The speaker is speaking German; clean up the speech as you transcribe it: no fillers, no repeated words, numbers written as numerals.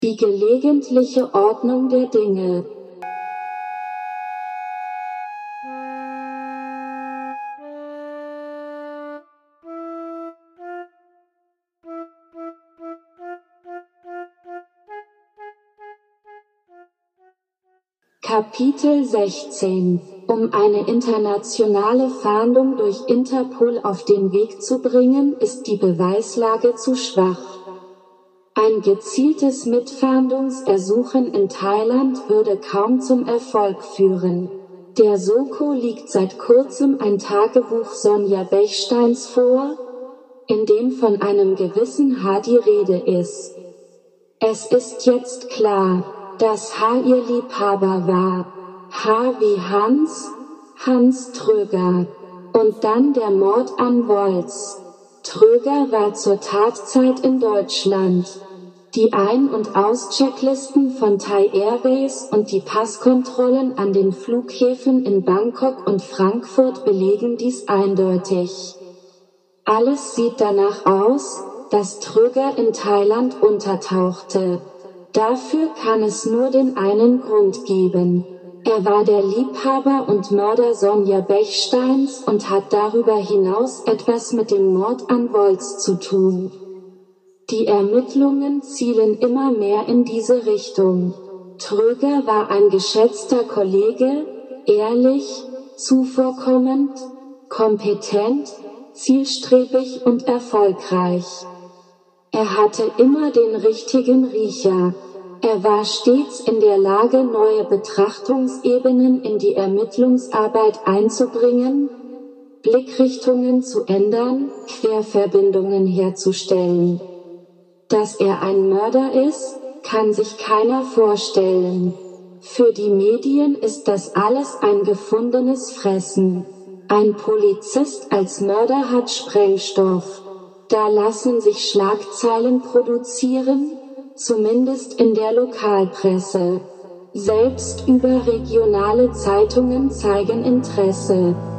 Die gelegentliche Ordnung der Dinge. Kapitel 16. Um eine internationale Fahndung durch Interpol auf den Weg zu bringen, ist die Beweislage zu schwach. Ein gezieltes Mitfahndungsersuchen in Thailand würde kaum zum Erfolg führen. Der Soko liegt seit kurzem ein Tagebuch Sonja Bechsteins vor, in dem von einem gewissen H. die Rede ist. Es ist jetzt klar, dass H. ihr Liebhaber war. H. wie Hans Tröger. Und dann der Mord an Wolz. Tröger war zur Tatzeit in Deutschland. Die Ein- und Auschecklisten von Thai Airways und die Passkontrollen an den Flughäfen in Bangkok und Frankfurt belegen dies eindeutig. Alles sieht danach aus, dass Tröger in Thailand untertauchte. Dafür kann es nur den einen Grund geben. Er war der Liebhaber und Mörder Sonja Bechsteins und hat darüber hinaus etwas mit dem Mord an Wolz zu tun. Die Ermittlungen zielen immer mehr in diese Richtung. Tröger war ein geschätzter Kollege, ehrlich, zuvorkommend, kompetent, zielstrebig und erfolgreich. Er hatte immer den richtigen Riecher. Er war stets in der Lage, neue Betrachtungsebenen in die Ermittlungsarbeit einzubringen, Blickrichtungen zu ändern, Querverbindungen herzustellen. Dass er ein Mörder ist, kann sich keiner vorstellen. Für die Medien ist das alles ein gefundenes Fressen. Ein Polizist als Mörder hat Sprengstoff. Da lassen sich Schlagzeilen produzieren, zumindest in der Lokalpresse. Selbst überregionale Zeitungen zeigen Interesse.